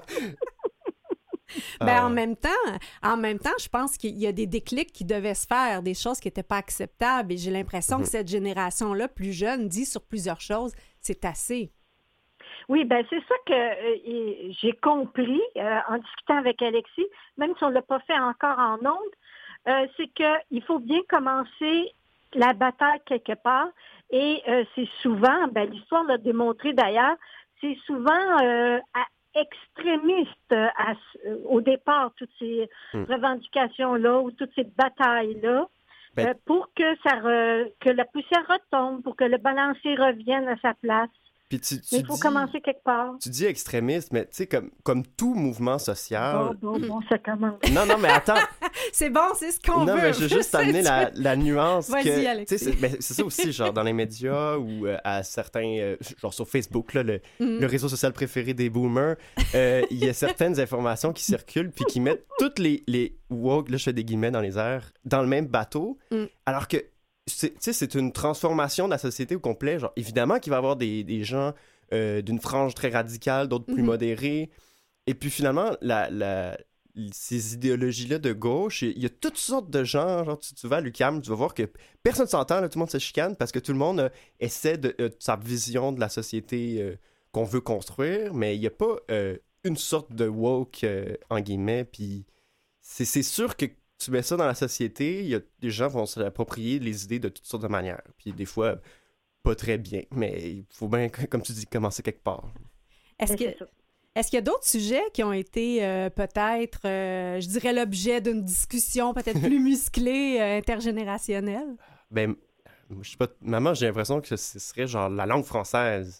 Ben, Ah. en même temps, en même temps, je pense qu'il y a des déclics qui devaient se faire, des choses qui n'étaient pas acceptables. Et j'ai l'impression Mhm. que cette génération-là, plus jeune, dit sur plusieurs choses, c'est assez. Oui, ben c'est ça que euh, et j'ai compris euh, en discutant avec Alexis, même si on ne l'a pas fait encore en ondes, euh, c'est qu'il faut bien commencer la bataille quelque part. Et euh, c'est souvent, ben, l'histoire l'a démontré d'ailleurs, c'est souvent euh, à- extrémiste euh, à- euh, au départ, toutes ces Mm. revendications-là ou toutes ces batailles-là, Ben- euh, pour que ça re- que la poussière retombe, pour que le balancier revienne à sa place. Puis tu, tu Mais il faut dis, commencer quelque part. tu dis extrémiste, mais tu sais, comme, comme tout mouvement social... Bon, bon, bon, ça commence. Non, non, mais attends, C'est bon, c'est ce qu'on veut. non, mais je veux juste C'est amener la, ça. la nuance Vas-y, que... Alexis. tu sais, C'est ben, c'est ça aussi, genre, dans les médias ou euh, à certains... euh, genre sur Facebook, là, le, Mhm. le réseau social préféré des boomers, euh, il y a certaines informations qui circulent puis qui mettent toutes les, les woke, là, je fais des guillemets dans les airs, dans le même bateau, Mm. alors que, c'est- tu sais, c'est une transformation de la société au complet. Genre, évidemment qu'il va y avoir des, des gens euh, d'une frange très radicale, d'autres plus Mhm. modérés. Et puis finalement, la, la, ces idéologies-là de gauche, il y a toutes sortes de gens. Genre, tu, tu vas à l'U Q A M, tu vas voir que personne ne s'entend, là, tout le monde se chicane parce que tout le monde euh, essaie de, euh, de sa vision de la société euh, qu'on veut construire, mais il n'y a pas euh, une sorte de woke, euh, en guillemets, puis c'est c'est sûr que tu mets ça dans la société, il y a des gens qui vont se l'approprier les idées de toutes sortes de manières, puis des fois, pas très bien, mais il faut bien, comme tu dis, commencer quelque part. Est-ce Ben, que, c'est ça. est-ce qu'il y a d'autres sujets qui ont été euh, peut-être, euh, je dirais, l'objet d'une discussion peut-être plus musclée, euh, intergénérationnelle? Ben, je sais pas, maman, j'ai l'impression que ce serait genre la langue française,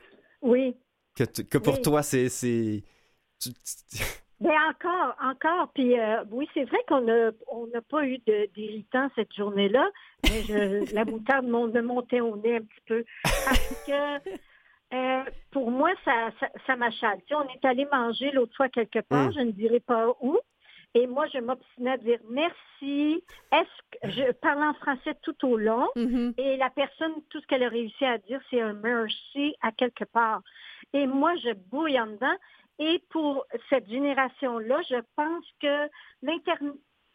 Oui. que, tu- que pour Oui. toi, c'est... c'est... tu- tu- Mais encore, encore. Puis euh, oui, c'est vrai qu'on a on n'a pas eu de- d'irritant cette journée-là, mais je, la moutarde mon- me montait au nez un petit peu. Parce que euh, pour moi, ça, ça, ça m'achale. Tu sais, on est allé manger l'autre fois quelque part, Mm. je ne dirai pas où. Et moi, je m'obstinais à dire merci. Est-ce que je parle en français tout au long? Mhm. Et la personne, tout ce qu'elle a réussi à dire, c'est un merci à quelque part. Et moi, je bouille en dedans. Et pour cette génération-là, je pense que l'inter-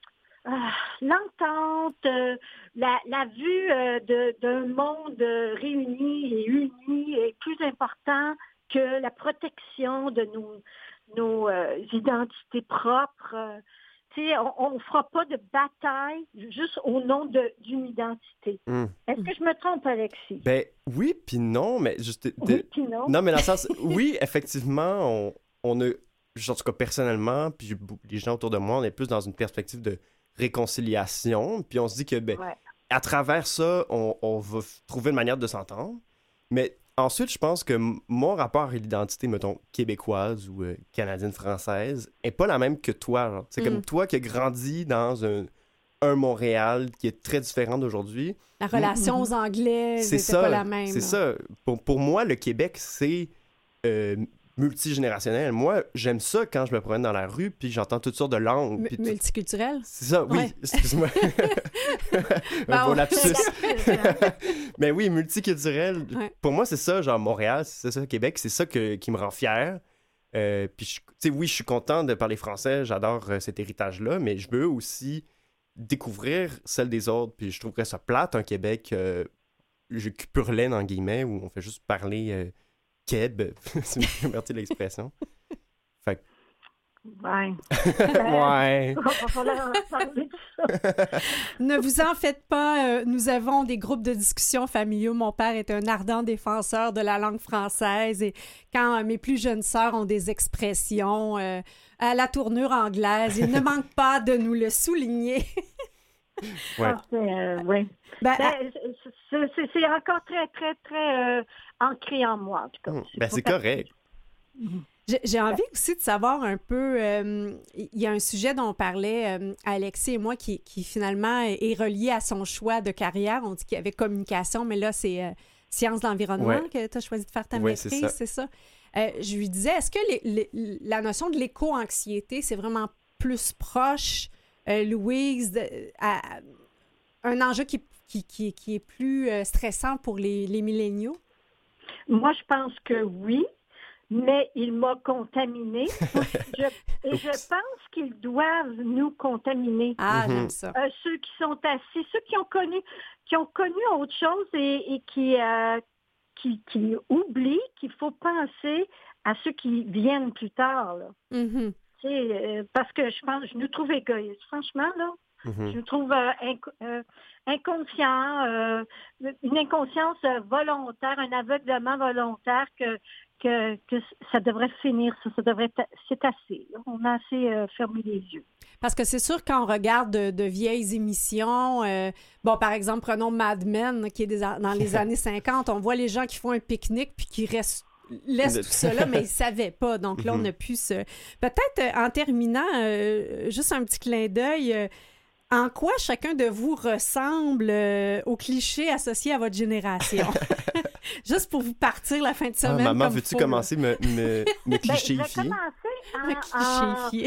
ah, l'entente, euh, la, la vue euh, de- d'un monde euh, réuni et uni est plus important que la protection de nos, nos euh, identités propres. Euh, tu sais, on ne fera pas de bataille juste au nom de- d'une identité. Hmm. Est-ce que je me trompe, Alexis? Ben, oui puis non, mais juste... de- Oui, puis non. Non, mais dans le sens, oui, effectivement, on, on a, en tout cas personnellement, puis les gens autour de moi, on est plus dans une perspective de réconciliation, puis on se dit que, ben, Ouais. à travers ça, on, on va f- trouver une manière de s'entendre. Mais ensuite, je pense que m- mon rapport à l'identité, mettons, québécoise ou euh, canadienne-française, est pas la même que toi. genre. C'est Mm. comme toi qui as grandi dans un, un Montréal qui est très différent d'aujourd'hui. La relation aux Anglais C'est n'était ça, pas la même. c'est là. ça. Pour, pour moi, le Québec, c'est euh, multigénérationnel. Moi, j'aime ça quand je me promène dans la rue puis j'entends toutes sortes de langues. M- puis tout- multiculturel? C'est ça, oui. Ouais. Excuse-moi. Ben, Un beau on- lapsus. Mais oui, multiculturel. Ouais. Pour moi, c'est ça, genre Montréal, c'est ça, Québec, c'est ça que- qui me rend fier. Euh, puis, je- tu sais, oui, je suis content de parler français, j'adore euh, cet héritage-là, mais je veux aussi découvrir celle des autres. Puis je trouverais ça plate, un Québec euh, je- pur laine, en guillemets, où on fait juste parler euh, Keb, si vous me permettez l'expression. Fait que... Ouais. Ouais. Il va falloir en parler de ça. Ne vous en faites pas, euh, nous avons des groupes de discussion familiaux. Mon père est un ardent défenseur de la langue française et quand euh, mes plus jeunes sœurs ont des expressions euh, à la tournure anglaise, il ne manque pas de nous le souligner. Ouais. Ah, c'est, euh, ouais. Ben, Ben, c'est, c'est- c'est encore très, très, très euh, ancré en moi, en tout cas. Hum, C'est Ben, pas c'est facile. correct. J'ai j'ai envie aussi de savoir un peu, euh, il y a un sujet dont on parlait, euh, Alexis et moi, qui, qui finalement est, est relié à son choix de carrière. On dit qu'il y avait communication, mais là, c'est euh, sciences de l'environnement Ouais. que tu as choisi de faire ta Ouais, c'est maîtrise, ça. c'est ça? Euh, je lui disais, est-ce que les- les- la notion de l'éco-anxiété, c'est vraiment plus proche, euh, Louise, de- à, à un enjeu qui, qui, qui, qui est plus euh, stressant pour les, les milléniaux? Moi, je pense que oui, mais il m'a contaminé. Je- et je pense qu'ils doivent nous contaminer. Ah, Mhm. j'aime ça. Euh, ceux qui sont assis, ceux qui ont connu, qui ont connu autre chose et, et qui, euh, qui, qui oublient qu'il faut penser à ceux qui viennent plus tard. Là. Mhm. Tu sais, euh, parce que je pense, je nous trouve égoïstes. Franchement, là, Mhm. je nous trouve euh, inc- euh, inconscients, euh, une inconscience euh, volontaire, un aveuglement volontaire que, que, que ça devrait finir, ça, ça devrait être, c'est assez. Là. On a assez euh, fermé les yeux. Parce que c'est sûr, quand on regarde de, de vieilles émissions, euh, bon, par exemple, prenons Mad Men, qui est des a- dans les années cinquante, on voit les gens qui font un pique-nique puis qui restent, laissent De- tout ça là, mais ils ne savaient pas. Donc là, on Mhm. a pu se... Peut-être, euh, en terminant, euh, juste un petit clin d'œil, euh, en quoi chacun de vous ressemble euh, aux clichés associés à votre génération? Juste pour vous partir la fin de Ah, semaine. maman, comme veux-tu faut, là. commencer me, me, me Ben, je vais clichéifier? commencer en, Me en- clichéfier.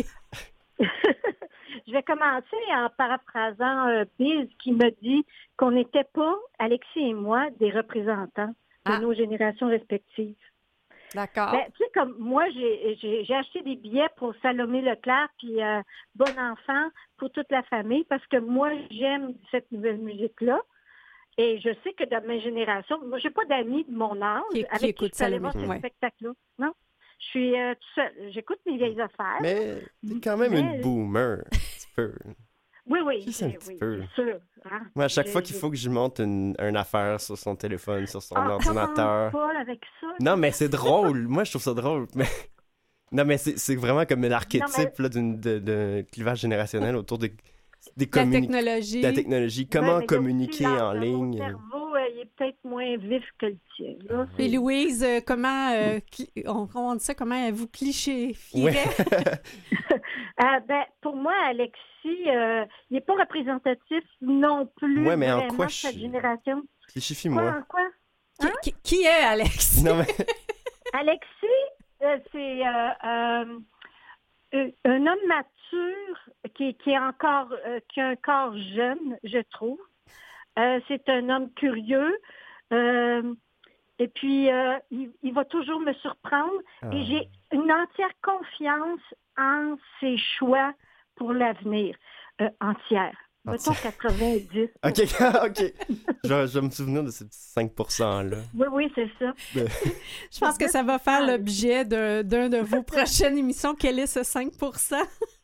je vais commencer en paraphrasant euh, Biz qui me dit qu'on n'était pas, Alexis et moi, des représentants de Ah. nos générations respectives. D'accord. Ben, tu sais, comme moi, j'ai, j'ai, j'ai acheté des billets pour Salomé Leclerc puis euh, Bon Enfant pour toute la famille parce que moi, j'aime cette nouvelle musique-là. Et je sais que dans ma génération, moi, j'ai pas d'amis de mon âge Qui- qui avec qui écoutent je peux aller Salomé, voir ce ouais. spectacle-là. Non, je suis euh, toute seule. J'écoute mes vieilles affaires. Mais t'es quand même Mais- une boomer, un petit peu. Oui, oui, Juste un j'ai- petit oui, peu. c'est sûr. hein. Moi, à chaque J'ai- fois qu'il j'ai- faut que je monte une, une affaire sur son téléphone, sur son Ah, ordinateur... commence pas avec ça. Non, mais c'est drôle. Moi, je trouve ça drôle. Mais... Non, mais c'est c'est vraiment comme l'archétype Non, mais- là, d'une- de, de clivage générationnel autour de, des La communi- technologie. de la technologie. Ouais, Comment mais il y a communiquer aussi en l'art de ligne. Mon cerveau, euh, il est peut-être moins vif que le tien. là. Et Louise, euh, comment, euh, cli- on, comment on dit ça, comment vous clichéfierez? Ouais. Euh, ben, pour moi, Alexis, euh, il n'est pas représentatif non plus Ouais, mais en vraiment quoi de cette je- génération. Quoi, Clichifie-moi. en quoi? Qui, qui- qui est Alex? Non, mais... Alexis, euh, c'est euh, euh, un- un homme mature qui, qui est encore, euh, qui a un corps jeune, je trouve. Euh, c'est un homme curieux. euh, et puis, euh, il, il va toujours me surprendre. Ah. Et j'ai une entière confiance en ses choix pour l'avenir. Euh, entière. Mettons Entière. quatre-vingt-dix. OK, OK. Je, vais- je vais me souvenir de ces petits cinq pour cent-là. Oui, oui, c'est ça. De- Je pense que ça va faire l'objet d'un d'un de vos prochaines émissions. Quel est ce cinq pour cent?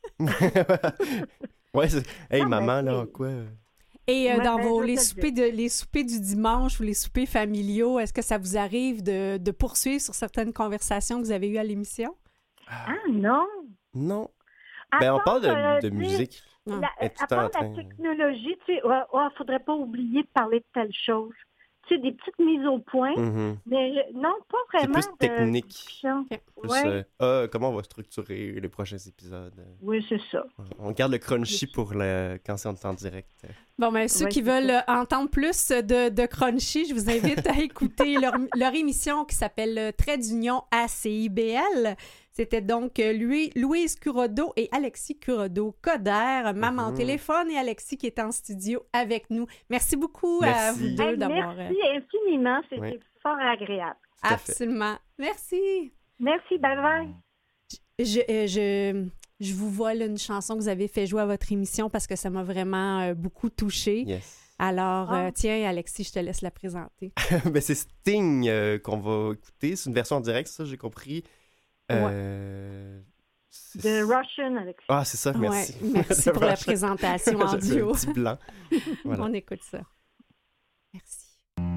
ouais, c'est... Hey, Non, mais maman, là, c'est- quoi? Et euh, Ouais, dans ben, vos je les te le soupers, de, les soupers du dimanche ou les soupers familiaux, est-ce que ça vous arrive de, de poursuivre sur certaines conversations que vous avez eues à l'émission? Ah non! Non. À Ben, on part, parle de, euh, de tu sais, musique. La- Elle est tout à le temps part en train- la technologie, tu sais, il ne faudrait pas oublier de parler de telle chose. Tu sais, des petites mises au point, Mhm. mais euh, non, pas C'est vraiment plus de technique. discussion. Plus, Ouais. euh, ah, comment on va structurer les prochains épisodes. Oui, c'est ça. On garde le crunchy pour le... quand c'est en temps direct. Bon, ben, ceux Ouais, qui c'est veulent ça. euh, entendre plus de, de Crunchy, je vous invite à écouter leur, leur émission qui s'appelle euh, Trait d'union A C I B L. C'était donc euh, lui, Louise Curodo et Alexis Curodo, Coder, maman Mhm. au téléphone et Alexis qui est en studio avec nous. Merci beaucoup à Merci. vous deux Hey, d'avoir... euh, merci infiniment, c'était Oui. fort agréable. Tout à fait. absolument. Merci. Merci, bye bye. Je, euh, je, je vous vole une chanson que vous avez fait jouer à votre émission parce que ça m'a vraiment euh, beaucoup touchée. Yes. Alors, Ah. euh, tiens, Alexis, je te laisse la présenter. ben, c'est Sting euh, qu'on va écouter. C'est une version en direct, ça, j'ai compris. Euh... The Russian, Alexis. Ah, c'est ça, merci. Ouais, merci pour la présentation en J'avais duo. un petit blanc. Voilà. On écoute ça. Merci.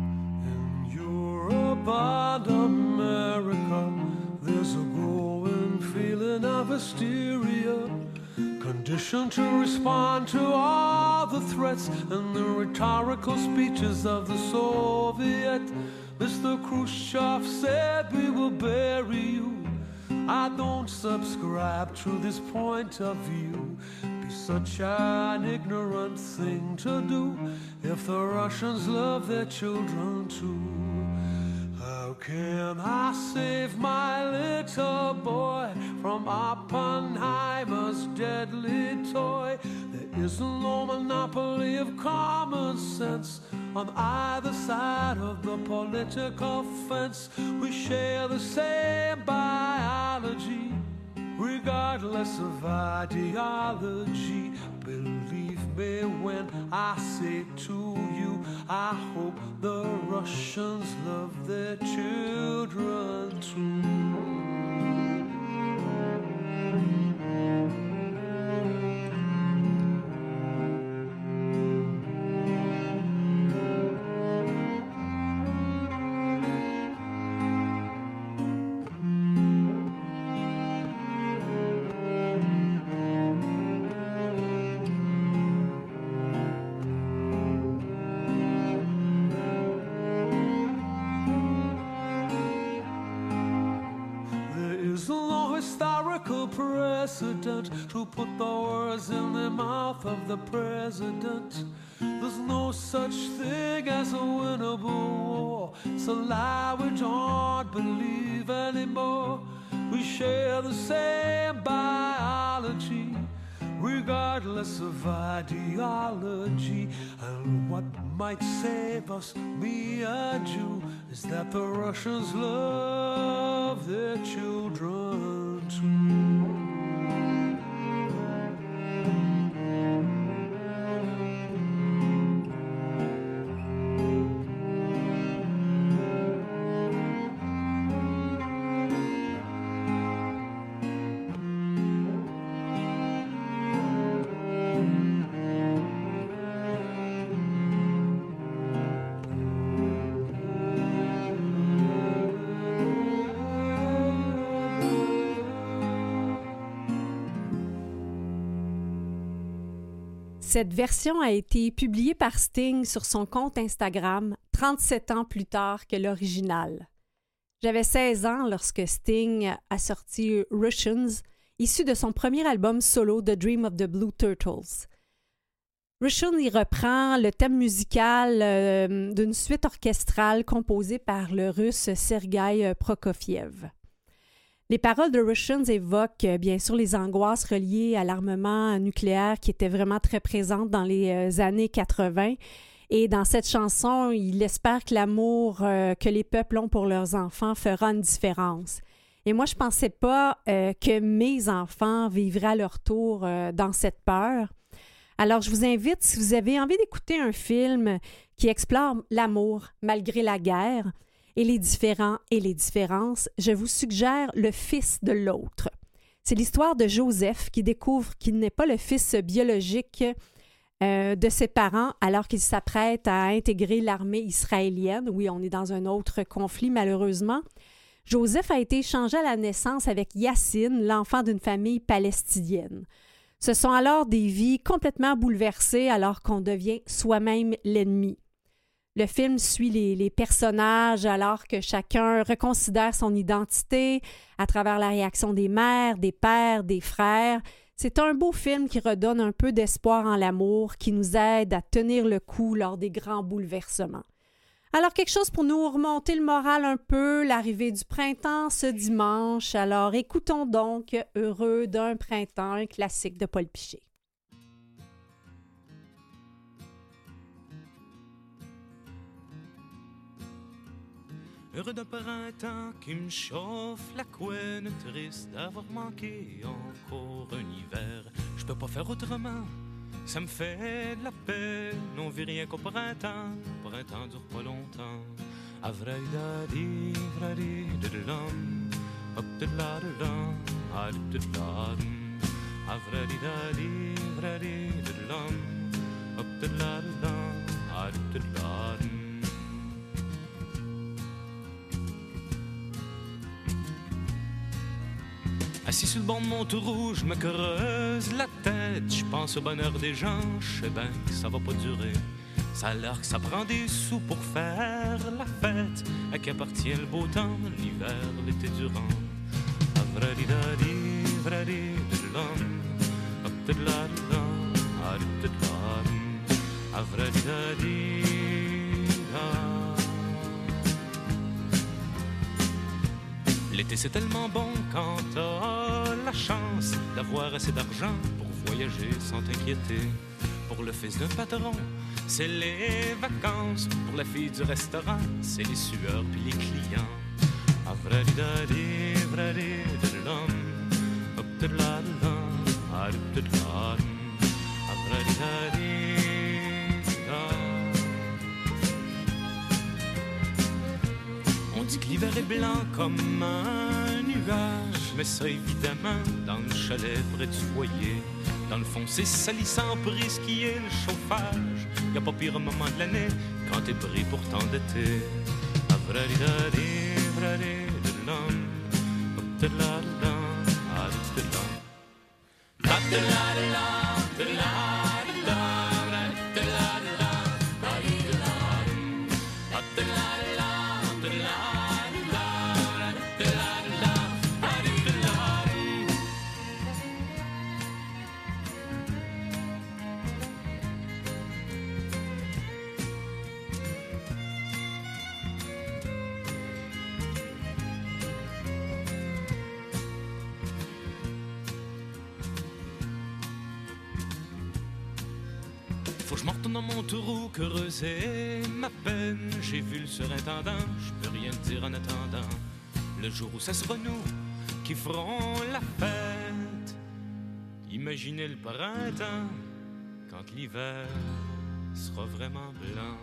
Europe and America, there's a growing feeling of hysteria, conditioned to respond to all the threats and the rhetorical speeches of the Soviet. Mister Khrushchev said we will bury you. I don't subscribe to this point of view. Be such an ignorant thing to do if the Russians love their children too. How can I save my little boy from Oppenheimer's deadly toy? There is no monopoly of common sense on either side of the political fence. We share the same biology, regardless of ideology. Believe me when I say to you, I hope the Russians love their children too. Precedent to put the words in the mouth of the president. There's no such thing as a winnable war. It's a lie we don't believe anymore. We share the same biology, regardless of ideology. And what might save us, me and you, is that the Russians love their children too. Cette version a été publiée par Sting sur son compte Instagram trente-sept ans plus tard que l'original. J'avais seize ans lorsque Sting a sorti Russians, issu de son premier album solo The Dream of the Blue Turtles. Russians y reprend le thème musical euh, d'une suite orchestrale composée par le russe Sergueï Prokofiev. Les paroles de Russians évoquent euh, bien sûr les angoisses reliées à l'armement nucléaire qui était vraiment très présente dans les euh, années quatre-vingt. Et dans cette chanson, il espère que l'amour euh, que les peuples ont pour leurs enfants fera une différence. Et moi, je ne pensais pas euh, que mes enfants vivraient à leur tour euh, dans cette peur. Alors, je vous invite, si vous avez envie d'écouter un film qui explore l'amour malgré la guerre, et les différents et les différences, je vous suggère Le fils de l'autre. C'est l'histoire de Joseph qui découvre qu'il n'est pas le fils biologique euh, de ses parents alors qu'il s'apprête à intégrer l'armée israélienne. Oui, on est dans un autre conflit malheureusement. Joseph a été échangé à la naissance avec Yacine, l'enfant d'une famille palestinienne. Ce sont alors des vies complètement bouleversées alors qu'on devient soi-même l'ennemi. Le film suit les, les personnages alors que chacun reconsidère son identité à travers la réaction des mères, des pères, des frères. C'est un beau film qui redonne un peu d'espoir en l'amour, qui nous aide à tenir le coup lors des grands bouleversements. Alors, quelque chose pour nous remonter le moral un peu, l'arrivée du printemps ce dimanche. Alors, écoutons donc « Heureux d'un printemps », un classique de Paul Piché. Heureux d'un printemps qui me chauffe la couenne, triste d'avoir manqué encore un hiver. Je peux pas faire autrement, ça me fait de la peine. On vit rien qu'au printemps, le printemps dure pas longtemps. Avradi vradi diddlam, up diddladam, adiddladam. Avradi dadi vradi diddlam, up diddladam, adiddladam. Assis sur le banc de mon taureau, je me creuse la tête. Je pense au bonheur des gens, je sais bien que ça va pas durer. Ça a l'air que ça prend des sous pour faire la fête. À qui appartient le beau temps, l'hiver, l'été durant. Avradi-dadi, vradi-diddlam, up-diddladam, adiddladam. Avradi-dadi-dam. L'été c'est tellement bon quand t'as la chance d'avoir assez d'argent pour voyager sans t'inquiéter. Pour le fils d'un patron, c'est les vacances. Pour la fille du restaurant, c'est les sueurs puis les clients. Avradi-dadi, vradi-diddlam, up-diddladam, adiddladam. Avradi-dadi-dam. On dit que l'hiver est blanc comme un nuage, mais ça évidemment dans le chalet près du foyer. Dans le fond c'est salissant pour risquer le chauffage. Y'a pas pire moment de l'année quand t'es pris pour t'endetter. Avradi-dadi, vradi-diddlam, up-diddladam, adiddladam. Adiddladam, adiddladam, adiddladam, adiddladam, adiddladam. Faut que je m'en retourne dans mon taureau, creuser ma peine. J'ai vu le surintendant, je peux rien te dire en attendant. Le jour où ça sera nous qui ferons la fête. Imaginez le printemps quand l'hiver sera vraiment blanc.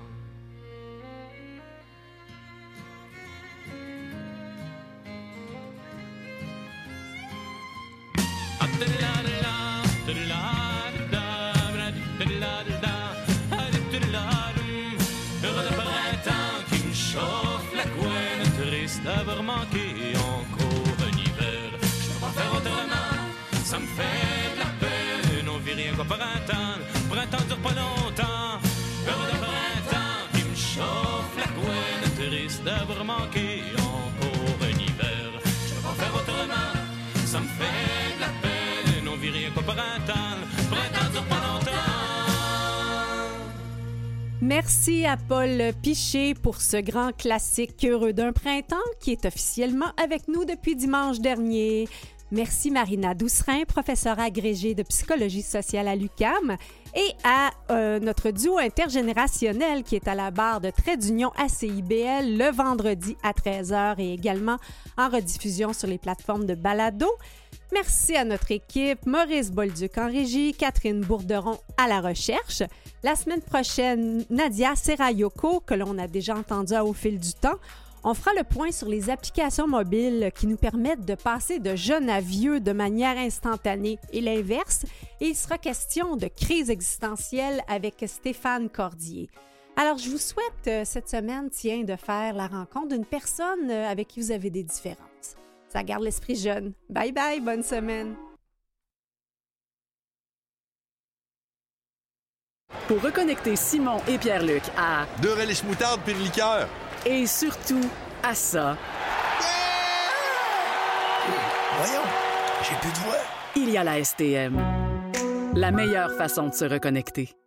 Heureux de printemps qui me chauffe la couenne, triste d'avoir manqué encore un hiver. Je peux pas faire autrement, ça me fait de la peine. On vit rien qu'au printemps, le printemps dure pas longtemps. Heureux de printemps qui me chauffe la couenne, triste d'avoir manqué encore un hiver. Je peux pas faire autrement, ça me fait de la peine. On vit rien qu'au printemps, le printemps dure pas longtemps. Merci à Paul Piché pour ce grand classique Heureux d'un printemps qui est officiellement avec nous depuis dimanche dernier. Merci Marina Doucerin, professeure agrégée de psychologie sociale à l'U Q A M, et à euh, notre duo intergénérationnel qui est à la barre de Trait d'Union A C I B L le vendredi à treize heures et également en rediffusion sur les plateformes de balado. Merci à notre équipe, Maurice Bolduc en régie, Catherine Bourderon à la recherche. La semaine prochaine, Nadia Serayoko, que l'on a déjà entendu Au fil du temps. On fera le point sur les applications mobiles qui nous permettent de passer de jeune à vieux de manière instantanée et l'inverse. Et il sera question de crise existentielle avec Stéphane Cordier. Alors, je vous souhaite euh, cette semaine, tiens, de faire la rencontre d'une personne euh, avec qui vous avez des différences. Ça garde l'esprit jeune. Bye bye, bonne semaine. Pour reconnecter Simon et Pierre-Luc à Deux relish moutarde puis une liqueur. Et surtout à ça. Voyons, j'ai plus de voix. Il y a la S T M. La meilleure façon de se reconnecter.